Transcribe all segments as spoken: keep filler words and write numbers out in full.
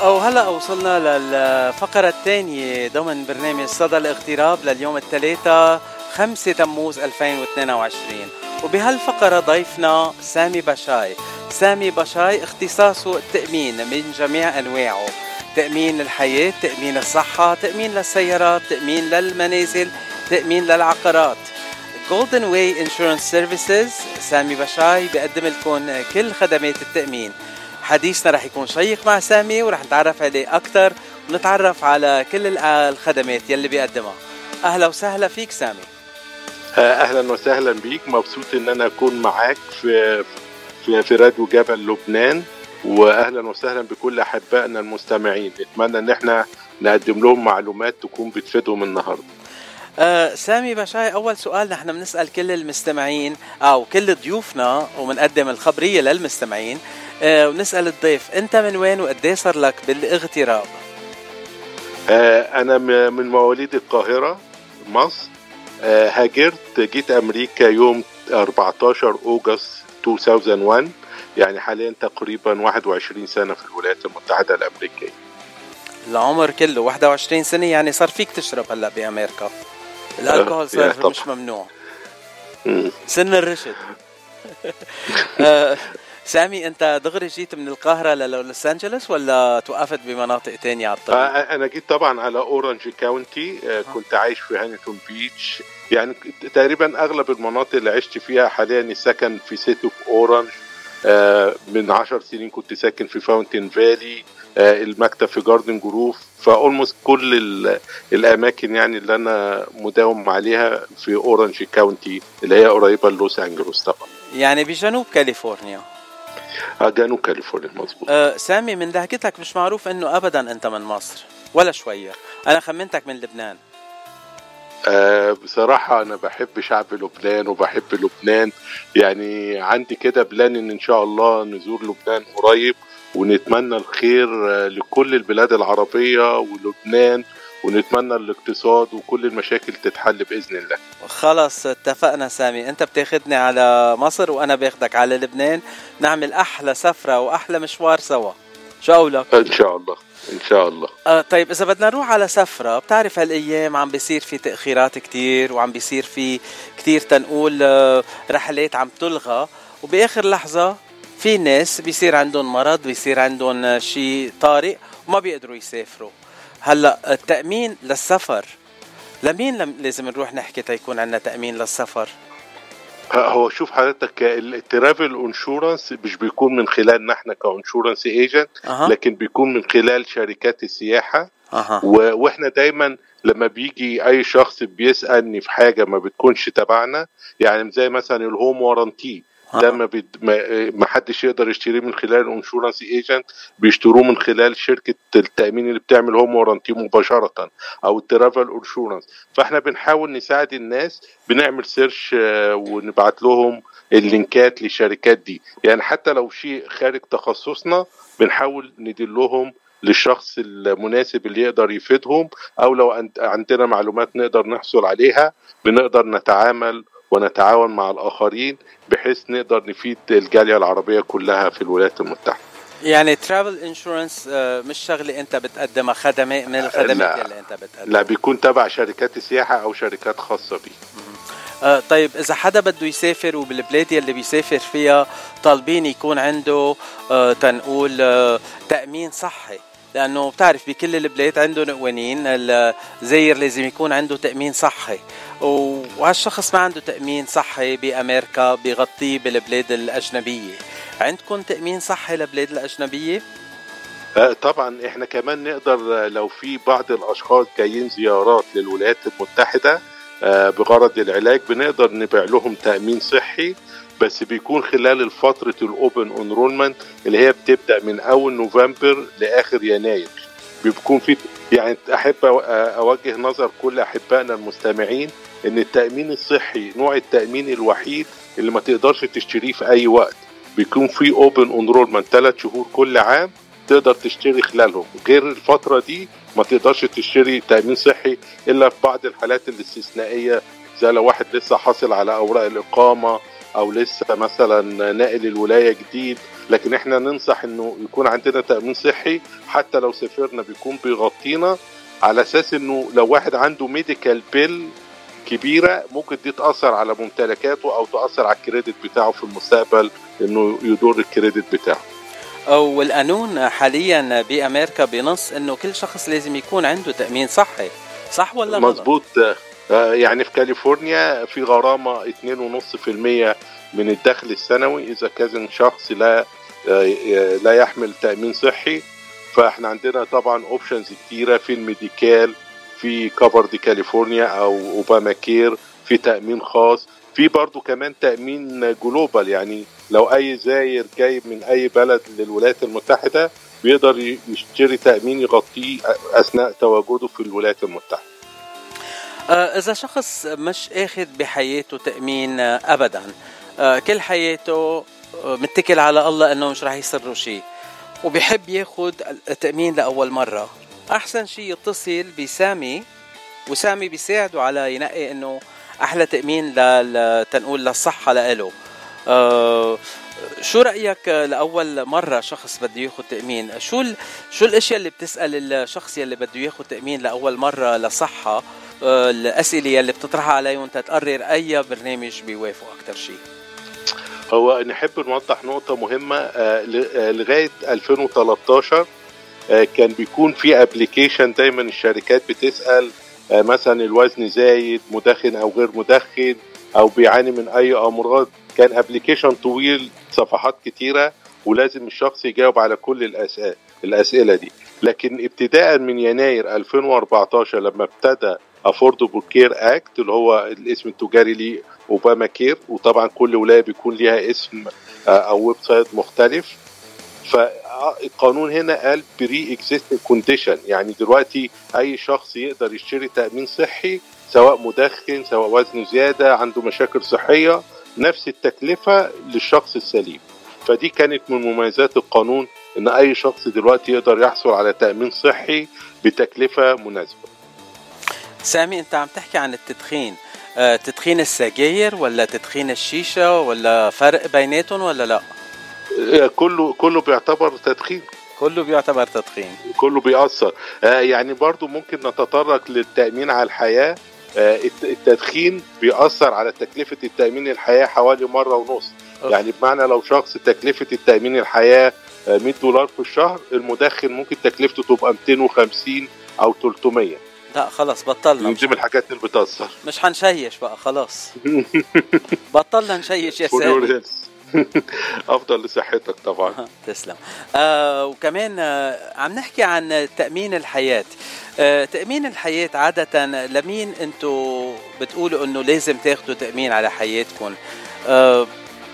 وهلأ وصلنا للفقرة الثانية ضمن برنامج صدى الاغتراب لليوم الثلاثاء خمسة تموز ألفين واثنين وعشرين. وبهالفقرة ضيفنا سامي بشاي. سامي بشاي اختصاصه التأمين من جميع أنواعه، تأمين الحياة، تأمين الصحة، تأمين للسيارات، تأمين للمنازل، تأمين للعقارات. Golden Way Insurance Services. سامي بشاي بيقدم لكم كل خدمات التأمين. حديثنا رح يكون شيق مع سامي ورح نتعرف عليه أكتر ونتعرف على كل الخدمات يلي بيقدمها. أهلا وسهلا فيك سامي. أهلا وسهلا بيك، مبسوط إن أنا أكون معاك في في, في راديو جبل لبنان، وأهلا وسهلا بكل أحبائنا المستمعين. نتمنى إن احنا نقدم لهم معلومات تكون بتفيدهم النهاردة. أه سامي بشاي، أول سؤال نحن بنسأل كل المستمعين أو كل ضيوفنا ومنقدم الخبرية للمستمعين، أه ونسأل الضيف أنت من وين وقديه صار لك بالاغتراب؟ أه أنا من مواليد القاهرة مصر. أه هاجرت جيت أمريكا يوم أربعة عشر أغسطس ألفين وواحد، يعني حاليا تقريبا واحد وعشرين سنة في الولايات المتحدة الأمريكية. العمر كله واحد وعشرين سنة، يعني صار فيك تشرب هلأ بأمريكا الألكوهول صار أه مش ممنوع. مم. سن الرشد. أه سامي، أنت دغري جيت من القاهرة للوس أنجلوس ولا توقفت بمناطق تانية على الطريق؟ آه أنا جيت طبعا على أورانج كاونتي. آه كنت عايش في هانيتون بيتش، يعني تقريبا أغلب المناطق اللي عشت فيها. حاليا ساكن في سيتي اوف أورانج. آه من عشر سنين كنت ساكن في فاونتين فالي، آه المكتب في جاردن جروف. فأولموست كل الأماكن يعني اللي أنا مداوم عليها في أورانج كاونتي اللي هي قريبة لوس أنجلوس طبعا، يعني بجنوب كاليفورنيا. جنوب كاليفورنيا مظبوط. أه سامي، من ضحكتك مش معروف انه ابدا انت من مصر ولا شويه. انا خمنتك من لبنان. أه بصراحة أنا بحب شعب لبنان وبحب لبنان، يعني عندي كده بلان إن إن شاء الله نزور لبنان قريب، ونتمنى الخير لكل البلاد العربية ولبنان، ونتمنى الاقتصاد وكل المشاكل تتحل بإذن الله. خلاص اتفقنا سامي، انت بتاخدني على مصر وانا باخدك على لبنان، نعمل احلى سفرة واحلى مشوار سوا. شو قولك؟ ان شاء الله ان شاء الله. آه طيب، اذا بدنا نروح على سفرة، بتعرف هالايام عم بيصير في تأخيرات كتير وعم بيصير في كتير تنقول آه رحلات عم تلغى، وبآخر لحظة في ناس بيصير عندهم مرض، بيصير عندهم شيء طارئ وما بيقدروا يسافروا. هلأ التأمين للسفر لمين لم لازم نروح نحكي تيكون عندنا تأمين للسفر؟ هو شوف حضرتك، الترافل انشورنس مش بيكون من خلالنا احنا كانشورنس ايجنت، أه. لكن بيكون من خلال شركات السياحة. أه. واحنا دايما لما بيجي اي شخص بيسألني في حاجة ما بتكونش تبعنا، يعني زي مثلا الهوم وارنتي ده ما, بيد... ما حدش يقدر يشتريه من خلال الانشورنس ايجنت، بيشتروه من خلال شركة التأمين اللي بتعمل هوم وارنتي مباشرة او الترافل انشورنس. فاحنا بنحاول نساعد الناس، بنعمل سيرش ونبعت لهم اللينكات للشركات دي، يعني حتى لو شيء خارج تخصصنا بنحاول ندلهم للشخص المناسب اللي يقدر يفيدهم، او لو عندنا معلومات نقدر نحصل عليها بنقدر نتعامل ونتعاون مع الآخرين بحيث نقدر نفيد الجالية العربية كلها في الولايات المتحدة. يعني ترافل انشورنس مش شغلة انت بتقدمها، خدمات من الخدمات اللي انت بتقدمها؟ لا، بيكون تبع شركات السياحة او شركات خاصة بيه. آه طيب، اذا حدا بده يسافر وبالبلاد اللي بيسافر فيها طالبين يكون عنده آه تنقول آه تأمين صحي، لانه بتعرف بكل البلاد عندهم قوانين الزائر لازم يكون عنده تأمين صحي، وهالشخص ما عنده تأمين صحي بأمريكا بيغطيه بالبلاد الأجنبية. عندكم تأمين صحي لبلاد الأجنبية؟ آه طبعا احنا كمان نقدر لو في بعض الأشخاص جايين زيارات للولايات المتحدة آه بغرض العلاج بنقدر نبيع لهم تأمين صحي، بس بيكون خلال الفترة الأوبن انرولمنت اللي هي بتبدأ من أول نوفمبر لآخر يناير. بيكون في يعني أحب أوجه نظر كل أحبائنا المستمعين إن التأمين الصحي نوع التأمين الوحيد اللي ما تقدرش تشتريه في أي وقت. بيكون في اوبن انرولمنت ثلاث شهور كل عام تقدر تشتري خلالهم، غير الفترة دي ما تقدرش تشتري تأمين صحي إلا في بعض الحالات الاستثنائية، زي لو واحد لسه حاصل على أوراق الإقامة أو لسه مثلا ناقل الولاية جديد لكن احنا ننصح انه يكون عندنا تأمين صحي، حتى لو سافرنا بيكون بيغطينا، على اساس انه لو واحد عنده ميديكال بيل كبيرة ممكن دي تأثر على ممتلكاته او تأثر على الكريدت بتاعه في المستقبل، انه يدور الكريدت بتاعه. والقانون حاليا بأمريكا بنص انه كل شخص لازم يكون عنده تأمين صحي، صح ولا غلط؟ مظبوط. يعني في كاليفورنيا في غرامة اتنين ونص في المية من الدخل السنوي إذا كان شخص لا لا يحمل تأمين صحي. فاحنا عندنا طبعا اوبشنز كتيرة في الميديكال، في كفر دي كاليفورنيا أو أوباما كير، في تأمين خاص، في برضو كمان تأمين جلوبال، يعني لو أي زائر جاي من أي بلد للولايات المتحدة بيقدر يشتري تأمين يغطيه أثناء تواجده في الولايات المتحدة. إذا شخص مش أخذ بحياته تأمين أبدا، كل حياته متكل على الله أنه مش راح يصير شيء وبيحب ياخد التأمين لأول مرة، أحسن شيء يتصل بسامي، وسامي بيساعده على ينقي أنه أحلى تأمين لتنقول للصحة لإله. أه شو رأيك لأول مرة شخص بده ياخد تأمين؟ شو ال... شو الأشياء اللي بتسأل الشخص يلي بده ياخد تأمين لأول مرة لصحة؟ أه الأسئلة يلي بتطرحها عليه وانت تقرر أي برنامج بيوافق أكتر شيء. هو نحب نوضح نقطة مهمة. آه لغاية ألفين وثلاثة عشر كان بيكون في ابليكيشن دايما الشركات بتسأل مثلا الوزن زايد، مدخن او غير مدخن، او بيعاني من اي امراض. كان ابليكيشن طويل صفحات كتيرة ولازم الشخص يجاوب على كل الأسئلة, الأسئلة دي. لكن ابتداء من يناير ألفين وأربعتاشر لما ابتدى Affordable Care Act اللي هو الاسم التجاري ليه أوباما كير، وطبعا كل ولاية بيكون ليها اسم او ويب سايت مختلف، فالقانون هنا قال بري اكزيستنج كونديشن، يعني دلوقتي اي شخص يقدر يشتري تأمين صحي سواء مدخن سواء وزنه زيادة عنده مشاكل صحية، نفس التكلفة للشخص السليم. فدي كانت من مميزات القانون ان اي شخص دلوقتي يقدر يحصل على تأمين صحي بتكلفة مناسبة. سامي انت عم تحكي عن التدخين، أه تدخين السجاير ولا تدخين الشيشة، ولا فرق بيناتهم ولا لا؟ كله كله بيعتبر تدخين، كله بيعتبر تدخين، كله بيأثر. آه يعني برضو ممكن نتطرق للتأمين على الحياة. آه التدخين بيأثر على تكلفة التأمين الحياة حوالي مرة ونص. أوه. يعني بمعنى لو شخص تكلفة التأمين الحياة آه مية دولار في الشهر، المدخن ممكن تكلفته تبقى مئتين وخمسين أو ثلاثمية. لا خلاص بطلنا، دي من الحاجات اللي بتأثر، مش هنشيش بقى خلاص. بطلنا نشيش يا سامي. أفضل لصحتك طبعا. تسلم. آه وكمان آه عم نحكي عن تأمين الحياة. آه تأمين الحياة عادة لمين أنتوا بتقولوا أنه لازم تاخدوا تأمين على حياتكم؟ آه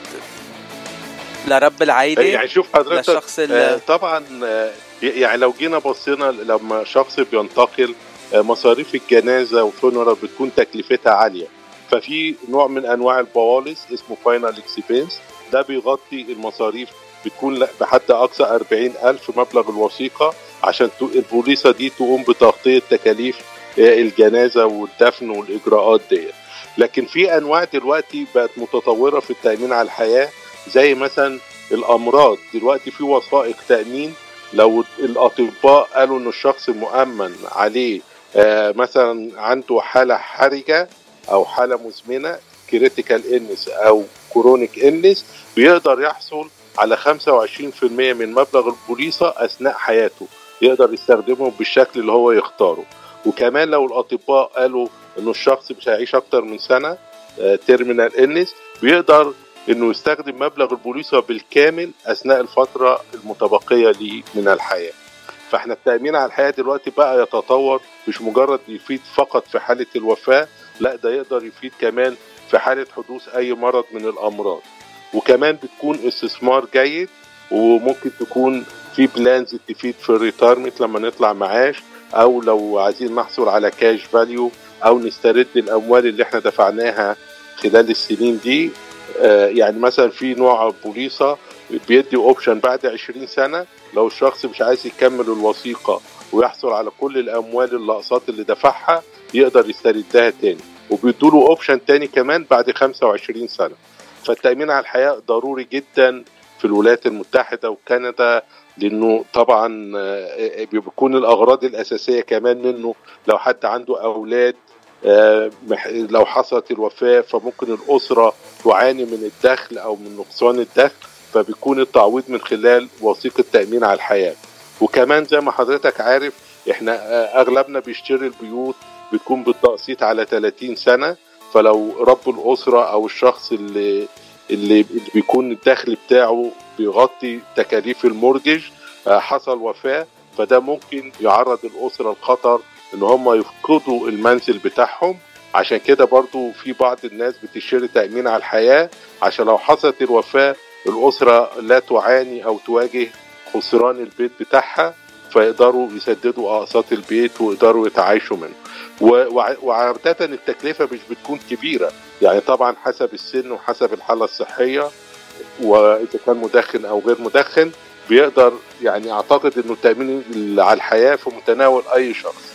لرب العائلة، يعني شوف حضرتك آه طبعا آه يعني لو جينا بصينا لما شخص بينتقل آه مصاريف الجنازة وفونرال بتكون تكلفتها عالية، ففي نوع من أنواع البواليس اسمه فاينال اكسبنس، ده بيغطي المصاريف بتكون بحد أقصى أربعين ألف مبلغ الوثيقة عشان البوليصة دي تقوم بتغطية تكاليف الجنازة والدفن والإجراءات دي. لكن في أنواع دلوقتي بقت متطورة في التأمين على الحياة، زي مثلا الأمراض. دلوقتي في وثائق تأمين لو الأطباء قالوا إن الشخص المؤمن عليه مثلا عنده حالة حرجة أو حالة مزمنة كريتيكال إلنس أو كرونيك إلنس، بيقدر يحصل على خمسة وعشرين بالمية من مبلغ البوليصة أثناء حياته، يقدر يستخدمه بالشكل اللي هو يختاره. وكمان لو الأطباء قالوا إنه الشخص مش هيعيش أكتر من سنة تيرمينال إلنس، بيقدر إنه يستخدم مبلغ البوليصة بالكامل أثناء الفترة المتبقية ليه من الحياة. فإحنا التأمين على الحياة دلوقتي بقى يتطور، مش مجرد يفيد فقط في حالة الوفاة، لا ده يقدر يفيد كمان في حالة حدوث أي مرض من الأمراض. وكمان بتكون استثمار جيد، وممكن تكون في بلانز تفيد في الريتارمنت لما نطلع معاش، أو لو عايزين نحصل على كاش فاليو أو نسترد الأموال اللي احنا دفعناها خلال السنين دي. آه يعني مثلا في نوع بوليصة بيدي اوبشن بعد عشرين سنة لو الشخص مش عايز يكمل الوثيقة ويحصل على كل الأموال الأقساط اللي دفعها يقدر يستردها تاني، وبيدوله اوبشن تاني كمان بعد خمسة وعشرين سنة. فالتأمين على الحياة ضروري جدا في الولايات المتحدة وكندا، لأنه طبعا بيكون الأغراض الأساسية كمان منه لو حد عنده أولاد لو حصلت الوفاة فممكن الأسرة تعاني من الدخل أو من نقصان الدخل، فبيكون التعويض من خلال وثيقة تأمين على الحياة. وكمان زي ما حضرتك عارف احنا أغلبنا بيشتري البيوت بتكون بالتقسيط على ثلاثين سنة، فلو رب الأسرة أو الشخص اللي اللي بيكون الدخل بتاعه بيغطي تكاليف المورجج حصل وفاة، فده ممكن يعرض الأسرة لخطر ان هم يفقدوا المنزل بتاعهم. عشان كده برضو في بعض الناس بتشتري تأمين على الحياة عشان لو حصلت الوفاة الأسرة لا تعاني أو تواجه خسران البيت بتاعها، فيقدروا يسددوا أقساط البيت ويقدروا يتعايشوا منه. وعادة التكلفة مش بتكون كبيرة، يعني طبعا حسب السن وحسب الحالة الصحية وإذا كان مدخن أو غير مدخن بيقدر، يعني أعتقد أنه التأمين على الحياة في متناول أي شخص.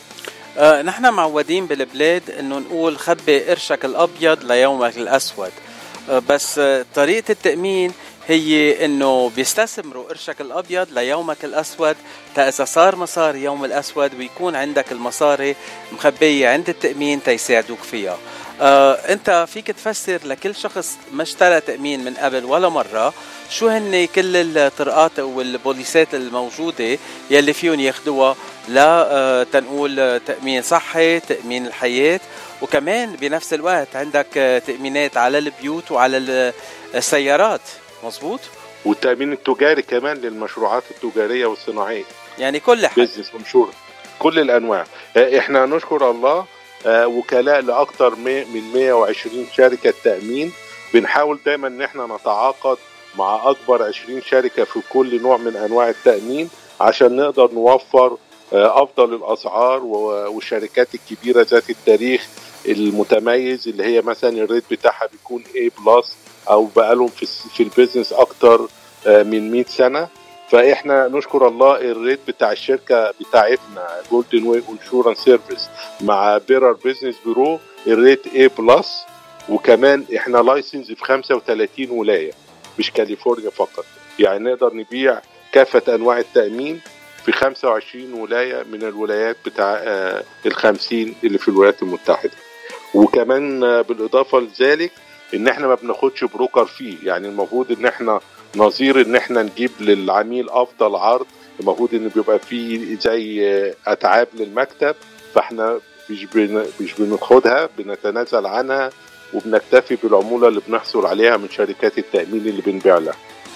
آه نحن معودين بالبلاد أنه نقول خبي قرشك الأبيض ليومك الأسود، آه بس آه طريقة التأمين هي أنه بيستثمروا قرشك الأبيض ليومك الأسود، تا إذا صار مصاري يوم الأسود ويكون عندك المصاري مخبية عند التأمين تيساعدوك فيها. آه، أنت فيك تفسر لكل شخص ما اشترى تأمين من قبل ولا مرة شو هن كل الطرقات والبوليسات الموجودة يلي فيهم ياخدوها لا آه، تنقول تأمين صحي، تأمين الحياة، وكمان بنفس الوقت عندك آه، تأمينات على البيوت وعلى السيارات، مظبوط؟ والتأمين التجاري كمان للمشروعات التجارية والصناعية، يعني كل حاجة بيزنس وانشورنس كل الأنواع. احنا نشكر الله آه وكلاء لأكثر من مئة وعشرين شركة تأمين. بنحاول دايما ان احنا نتعاقد مع أكبر عشرين شركة في كل نوع من أنواع التأمين عشان نقدر نوفر آه أفضل الأسعار، والشركات الكبيرة ذات التاريخ المتميز اللي هي مثلا الريت بتاعها بيكون A بلس أو بقالهم في, في البيزنس أكتر آه من مئة سنة. فاحنا نشكر الله الريت بتاع الشركه بتاعتنا جولدن واي انشورنس سيرفيس مع بيرر بيزنس بيرو الريت A بلس، وكمان احنا لايسنس في خمسة وثلاثين ولايه مش كاليفورنيا فقط، يعني نقدر نبيع كافه انواع التامين في خمسة وعشرين ولايه من الولايات بتاع آه الخمسين اللي في الولايات المتحده. وكمان آه بالاضافه لذلك ان احنا ما بناخدش بروكر فيه، يعني المفروض ان احنا نظير ان احنا نجيب للعميل افضل عرض، المفروض ان بيبقى فيه زي اتعاب للمكتب، فاحنا مش بن... مش بناخدها، بنتنازل عنها وبنكتفي بالعمولة اللي بنحصل عليها من شركات التأمين اللي بنبيع لها.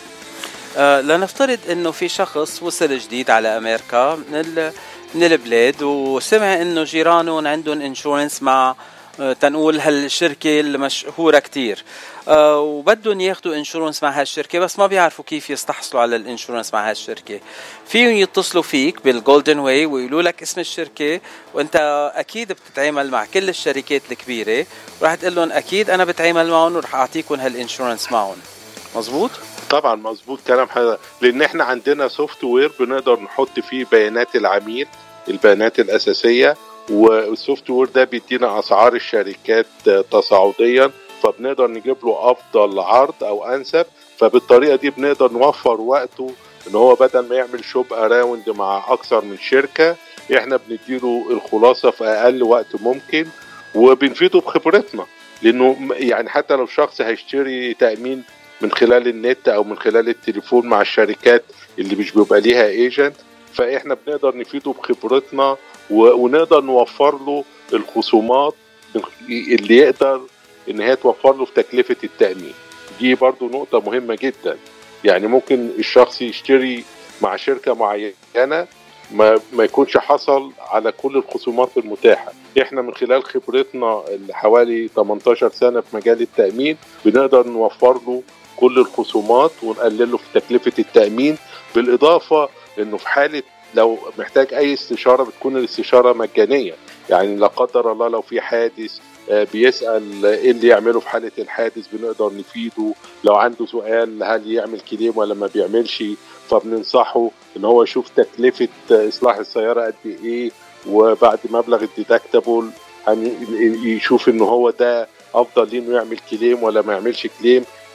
آه لنفترض انه في شخص وصل جديد على امريكا من ال... من البلاد وسمع انه جيرانهم عندهم انشورنس مع تنقول هالشركة المشهورة كتير، أه وبدهم ياخدوا انشورنس مع هالشركة بس ما بيعرفوا كيف يستحصلوا على الانشورنس مع هالشركة. فيهم يتصلوا فيك بالجولدن واي ويقولوا لك اسم الشركة، وانت اكيد بتتعامل مع كل الشركات الكبيرة وراح تقول لهم اكيد انا بتعامل معهم وراح اعطيكم هالانشورنس معهم، مظبوط؟ طبعا مظبوط كلام حضرتك، لان احنا عندنا سوفت وير بنقدر نحط فيه بيانات العميل، البيانات الاساسية، والسوفت وير ده بيدينا اسعار الشركات تصاعديا، فبنقدر نجيب له افضل عرض او انسب. فبالطريقه دي بنقدر نوفر وقته، ان هو بدل ما يعمل شوب اراوند مع اكثر من شركه احنا بنديله الخلاصه في اقل وقت ممكن، وبنفيده بخبرتنا. لانه يعني حتى لو شخص هيشتري تامين من خلال النت او من خلال التليفون مع الشركات اللي مش بيبقى ليها ايجنت، فاحنا بنقدر نفيده بخبرتنا ونقدر نوفر له الخصومات اللي يقدر ان هي توفر له في تكلفة التأمين. دي برضو نقطة مهمة جدا، يعني ممكن الشخص يشتري مع شركة معينة ما, ما يكونش حصل على كل الخصومات المتاحة. احنا من خلال خبرتنا اللي حوالي ثمانية عشر سنة في مجال التأمين بنقدر نوفر له كل الخصومات ونقلله في تكلفة التأمين، بالإضافة انه في حالة لو محتاج اي استشارة بتكون الاستشارة مجانية، يعني لا قدر الله لو في حادث بيسأل ايه اللي يعمله في حالة الحادث بنقدر نفيده، لو عنده سؤال هل يعمل كليم ولا ما بيعملش فبننصحه ان هو يشوف تكلفة اصلاح السيارة قد ايه، وبعد مبلغ الديدكتابل يشوف ان هو ده افضل ليه انه يعمل كليم ولا ما يعملش كليم.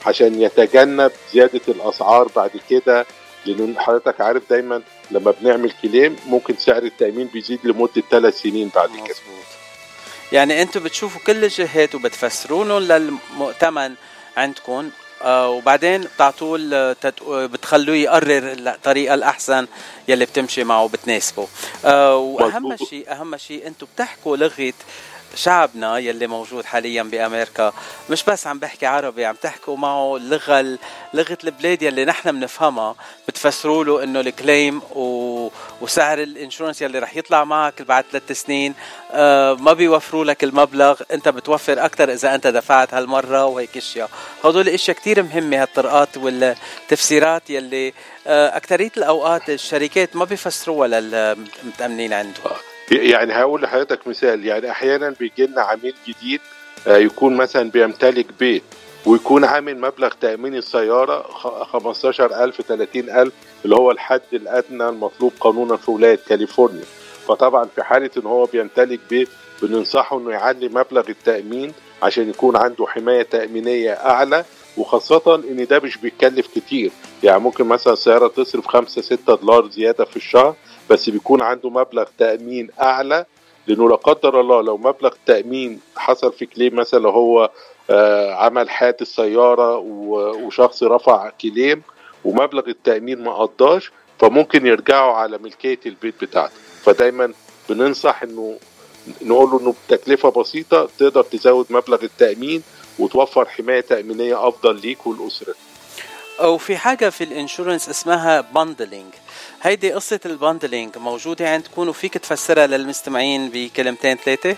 عشان يتجنب زيادة الأسعار بعد كده، لأن حضرتك عارف دايما لما بنعمل كليم ممكن سعر التأمين بيزيد لمدة ثلاث سنين بعد كده. مظبوط. يعني أنتوا بتشوفوا كل الجهات وبتفسرونه للمؤتمن عندكم، آه وبعدين بتعطوه التت... بتخلوه يقرر الطريقة الأحسن يلي بتمشي معه بتناسبه. آه وأهم شيء أهم شيء أنتوا بتحكوا لغة شعبنا يلي موجود حاليا بأمريكا، مش بس عم بحكي عربي، عم تحكوا معه لغة لغة البلاد يلي نحن بنفهمها، بتفسروا له انه الكليم و... وسعر الانشورنس يلي رح يطلع معك بعد ثلاث سنين آه ما بيوفروا لك المبلغ، انت بتوفر اكتر اذا انت دفعت هالمرة وهيك اشياء. هدول اشياء كتير مهمة، هالطرقات والتفسيرات يلي آه اكترية الاوقات الشركات ما بيفسروها للمتأمنين عندهم. يعني هقول لحضرتك مثال، يعني احيانا بيجي لنا عميل جديد يكون مثلا بيمتلك بيت ويكون عامل مبلغ تأمين السيارة خمستاشر ألف ثلاثين ألف اللي هو الحد الأدنى المطلوب قانونا في ولاية كاليفورنيا. فطبعا في حالة ان هو بيمتلك بيت بننصحه انه يعلي مبلغ التأمين عشان يكون عنده حماية تأمينية أعلى، وخاصة ان ده مش بيتكلف كتير. يعني ممكن مثلا السيارة تصرف خمسة ستة دولار زيادة في الشهر، بس بيكون عنده مبلغ تأمين أعلى، لأنه لا قدر الله لو مبلغ تأمين حصل في كليم، مثلا لو هو آه عمل حادث سيارة وشخص رفع كليم ومبلغ التأمين ما قضاش، فممكن يرجعوا على ملكية البيت بتاعته. فدايما بننصح انه نقول له انه بتكلفة بسيطة تقدر تزود مبلغ التأمين وتوفر حماية تأمينية أفضل ليك والأسرة. أو في حاجة في الانشورنس اسمها باندلينج، هيدي قصة الباندلينج موجودة عندكم وفيك تفسرها للمستمعين بكلمتين ثلاثة؟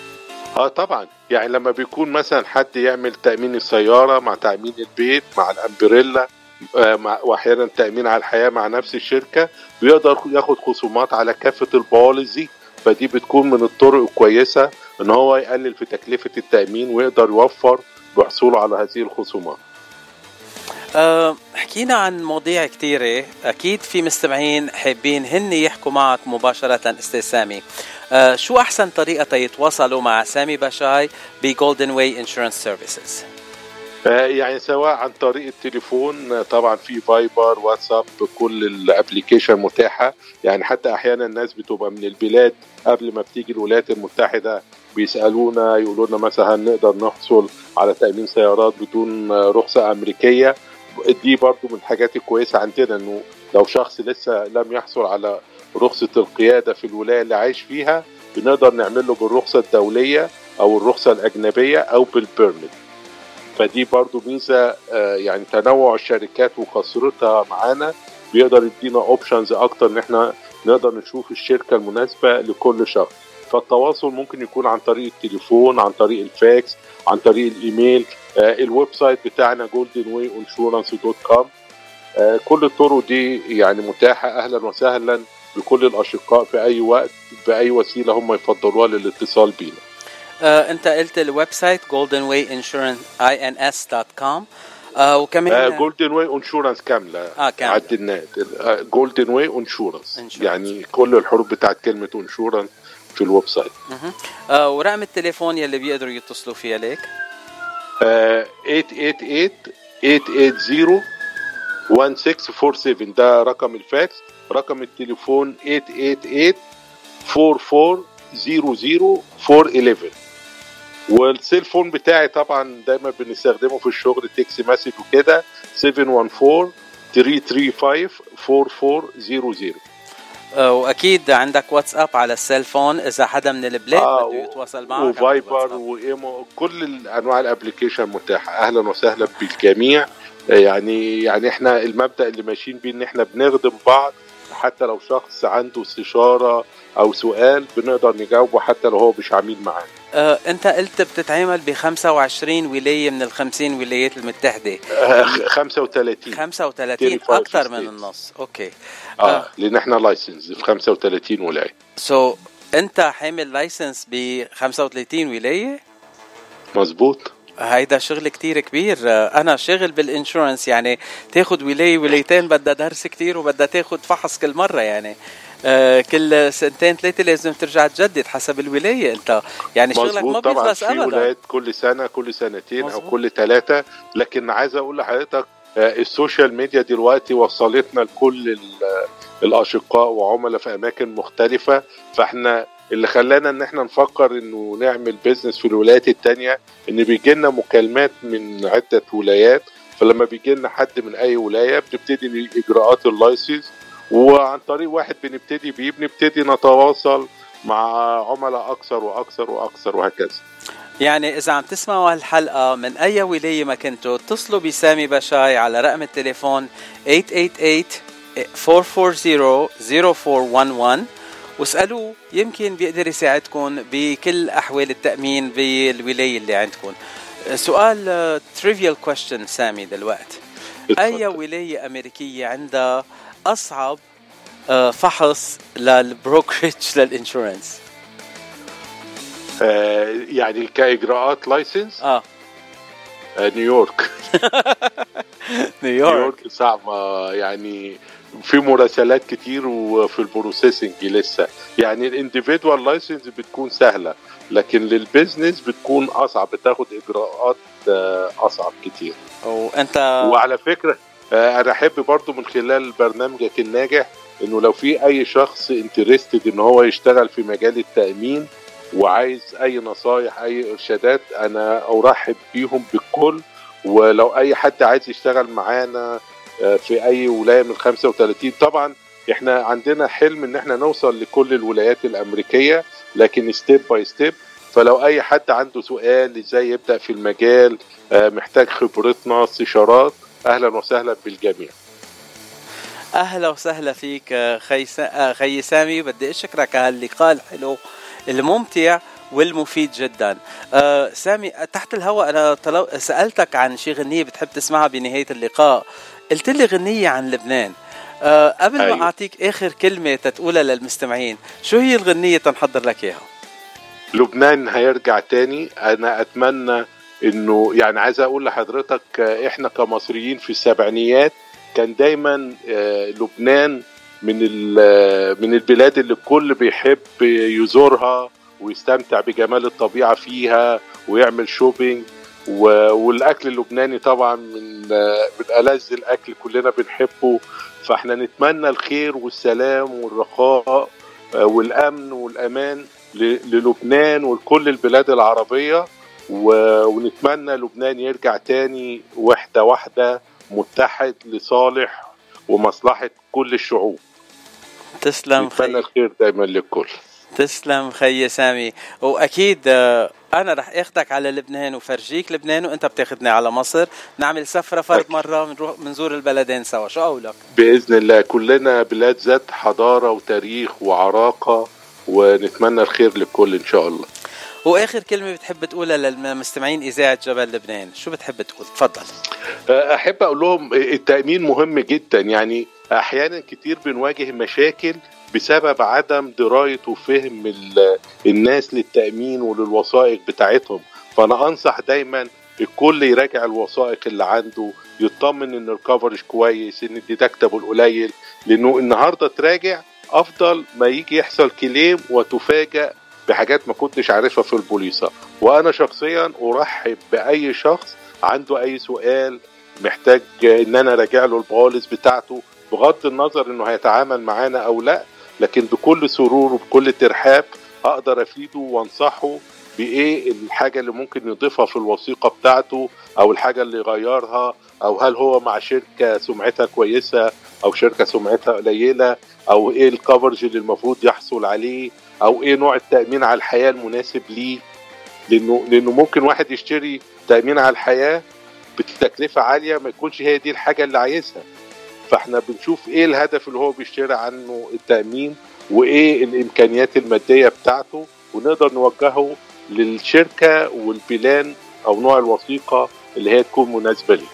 اه طبعا. يعني لما بيكون مثلا حد يعمل تأمين السيارة مع تأمين البيت مع الأمبريلا آه مع واحيانا تأمين على الحياة مع نفس الشركة، بيقدر ياخد خصومات على كافة البوليسي. فدي بتكون من الطرق الكويسة ان هو يقلل في تكلفة التأمين ويقدر يوفر بحصوله على هذه الخصومات. أه حكينا عن مواضيع كتيرة، أكيد في مستمعين حابين هن يحكوا معك مباشرة أستاذ سامي. أه شو أحسن طريقة يتواصلوا مع سامي باشاي بجولدن واي انشورنس سيرفيسز؟ أه يعني سواء عن طريق التليفون، طبعا في فايبر واتساب كل الابليكيشن متاحة. يعني حتى أحيانا الناس بتبقى من البلاد قبل ما بتيجي الولايات المتحدة بيسألونا يقولوا لنا مثلا نقدر نحصل على تأمين سيارات بدون رخصة أمريكية. دي برضو من الحاجات الكويسة عندنا، انه لو شخص لسه لم يحصل على رخصة القيادة في الولاية اللي عايش فيها بنقدر نعمل له بالرخصة الدولية او الرخصة الاجنبية او بالبيرميت. فدي برضو ميزة، يعني تنوع الشركات وكثرتها معانا بيقدر يدينا اوبشنز اكتر ان احنا نقدر نشوف الشركة المناسبة لكل شخص. فالتواصل ممكن يكون عن طريق التليفون، عن طريق الفاكس، عن طريق الايميل. آه الويب سايت بتاعنا جولدن واي انشورنس دوت كوم. آه كل الطرق دي يعني متاحة. اهلا وسهلا بكل الاشقاء في اي وقت باي وسيلة هم يفضلوها للاتصال بينا. آه انت قلت الويب سايت جولدن واي انشورنس اي ان اس دوت كوم، آه وكمان جولدن واي انشورنس كاملة. اه كاملة عدلناه جولدن واي انشورنس، يعني كل الحروف بتاعت كلمة انشورنس في الويب سايت. آه ورقم التليفون يلي بيقدروا يتصلوا فيه ليك؟ آه ثمانية ثمانية ثمانية ثمانية صفر واحد ستة أربعة سبعة ده رقم الفاكس. رقم التليفون ثمانية ثمانية ثمانية أربعة أربعة صفر صفر أربعة واحد واحد. والسيل فون بتاعي طبعا دايما بنستخدمه في الشغل تكسي مسج وكده سبعة واحد أربعة ثلاثة ثلاثة خمسة أربعة أربعة صفر صفر. واكيد عندك واتساب على السيل فون اذا حدا من البلاد آه بده يتواصل معك، وفايبر وايمو، كل انواع الابلكيشن متاحه. اهلا وسهلا بالجميع. يعني يعني احنا المبدا اللي ماشيين بيه ان احنا بنخدم بعض، حتى لو شخص عنده استشاره او سؤال بنقدر نجاوبه حتى لو هو مش عميل معانا. آه، انت قلت بتتعامل ب خمسة وعشرين ولايه من ال خمسين ولايات المتحده. آه خمسة وثلاثين خمسة وثلاثين اكثر من النص. اوكي اه, آه. لان احنا لايسنس في خمسة وثلاثين ولايه. سو so, انت حامل لايسنس ب خمسة وثلاثين ولايه؟ مزبوط. هيدا شغل كتير كبير. انا شغل بالانشورنس، يعني تاخد ولاية ولايتين بدها درس كتير وبدها تاخد فحص كل مرة. يعني آه كل سنتين ثلاثة لازم ترجع تجدد حسب الولاية انت، يعني شغلك ما بيخلص ابدا. في ولايات كل سنة كل سنتين مزبوط. او كل ثلاثة. لكن عايز اقول لحضرتك السوشيال ميديا دلوقتي وصلتنا لكل الاشقاء وعملاء في اماكن مختلفة، فاحنا اللي خلانا ان احنا نفكر انه نعمل بيزنس في الولايات التانية ان بيجي لنا مكالمات من عدة ولايات، فلما بيجي لنا حد من اي ولاية بنبتدي اجراءات اللايسنس، وعن طريق واحد بنبتدي بيه بنبتدي نتواصل مع عملاء اكثر واكثر واكثر وهكذا. يعني إذا عم تسمعوا هالحلقة من أي ولاية ما كنتوا، اتصلوا بسامي بشاي على رقم التليفون ثمانية ثمانية ثمانية أربعة أربعة صفر صفر أربعة واحد واحد واسألوه، يمكن بيقدر يساعدكم بكل أحوال التأمين بالولاية اللي عندكم. سؤال trivial question سامي دلوقتي، أي ولاية أمريكية عندها أصعب فحص للبروكريج للإنشورنس؟ آه يعني كإجراءات لايسنس اه, آه نيويورك. نيويورك نيويورك صعبة، يعني في مراسلات كتير وفي البروسيسنج لسه. يعني الانديفيدوال لايسنس بتكون سهلة، لكن للبيزنس بتكون أصعب، بتاخد إجراءات آه أصعب كتير. وأنت وعلى فكرة آه أنا أحب برضو من خلال برنامجك الناجح إنه لو في أي شخص انترستد إن هو يشتغل في مجال التأمين وعايز اي نصايح اي ارشادات، انا ارحب بيهم بالكل. ولو اي حد عايز يشتغل معانا في اي ولاية من خمسة وثلاثين، طبعا احنا عندنا حلم ان احنا نوصل لكل الولايات الامريكية، لكن ستيب باي ستيب. فلو اي حد عنده سؤال ازاي يبدأ في المجال، محتاج خبرتنا استشارات، اهلا وسهلا بالجميع. اهلا وسهلا فيك خي خي سامي، بدي اشكرك على اللقاء الحلو الممتع والمفيد جدا. أه سامي، تحت الهواء أنا طلو... سألتك عن شي غنية بتحب تسمعها بنهاية اللقاء، قلت لي غنية عن لبنان. أه قبل أيوه. ما أعطيك آخر كلمة تتقولها للمستمعين، شو هي الغنية تنحضر لك إياها؟ لبنان هيرجع تاني. أنا أتمنى إنه، يعني عايز أقول لحضرتك إحنا كمصريين في السبعينيات كان دايما لبنان من من البلاد اللي الكل بيحب يزورها ويستمتع بجمال الطبيعة فيها ويعمل شوبينج. والأكل اللبناني طبعا من من ألذ الأكل كلنا بنحبه. فاحنا نتمنى الخير والسلام والرخاء والأمن والأمان للبنان ولكل البلاد العربية، ونتمنى لبنان يرجع تاني وحدة واحدة متحد لصالح ومصلحة كل الشعوب. تسلم خي. نتمنى الخير دايما للكل. تسلم خي سامي، واكيد انا رح اخدك على لبنان وفرجيك لبنان، وانت بتاخدني على مصر، نعمل سفرة فرد مرة منروح منزور البلدين سوا. شو قولك؟ بإذن الله، كلنا بلاد ذات حضارة وتاريخ وعراقة، ونتمنى الخير للكل ان شاء الله. واخر كلمة بتحب تقولها للمستمعين إذاعة جبل لبنان، شو بتحب تقول؟ تفضل. احب اقول لهم التأمين مهم جدا. يعني احيانا كتير بنواجه مشاكل بسبب عدم دراية وفهم الناس للتأمين وللوثائق بتاعتهم. فانا انصح دايما الكل يراجع الوثائق اللي عنده، يطمن ان الكفرج كويس، ان الديدكتبل قليل، لانه النهارده تراجع افضل ما يجي يحصل كليم وتفاجأ بحاجات ما كنتش عارفها في البوليصة. وانا شخصيا ارحب باي شخص عنده اي سؤال محتاج ان انا راجع له البوليس بتاعته، بغض النظر انه هيتعامل معانا او لا، لكن بكل سرور وبكل ترحاب اقدر افيده وانصحه بايه الحاجة اللي ممكن يضيفها في الوثيقة بتاعته، او الحاجة اللي يغيرها، او هل هو مع شركة سمعتها كويسة او شركة سمعتها قليلة، او ايه الكفرج اللي المفروض يحصل عليه، او ايه نوع التأمين على الحياة المناسب ليه. لانه لانه ممكن واحد يشتري تأمين على الحياة بتكلفة عالية ما يكونش هي دي الحاجة اللي عايزها. فاحنا بنشوف ايه الهدف اللي هو بيشتري عنه التأمين، وايه الامكانيات المادية بتاعته، ونقدر نوجهه للشركة والبلان او نوع الوثيقة اللي هي تكون مناسبة ليه.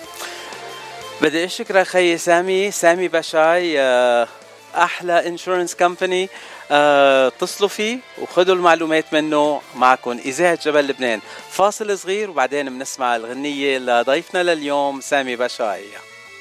بدي اشكرك خي سامي سامي بشاي، احلى انشورنس كمباني. اتصلوا فيه وخذوا المعلومات منه. معكم إذاعة جبل لبنان. فاصل صغير وبعدين بنسمع الغنية لضيفنا لليوم سامي بشاي.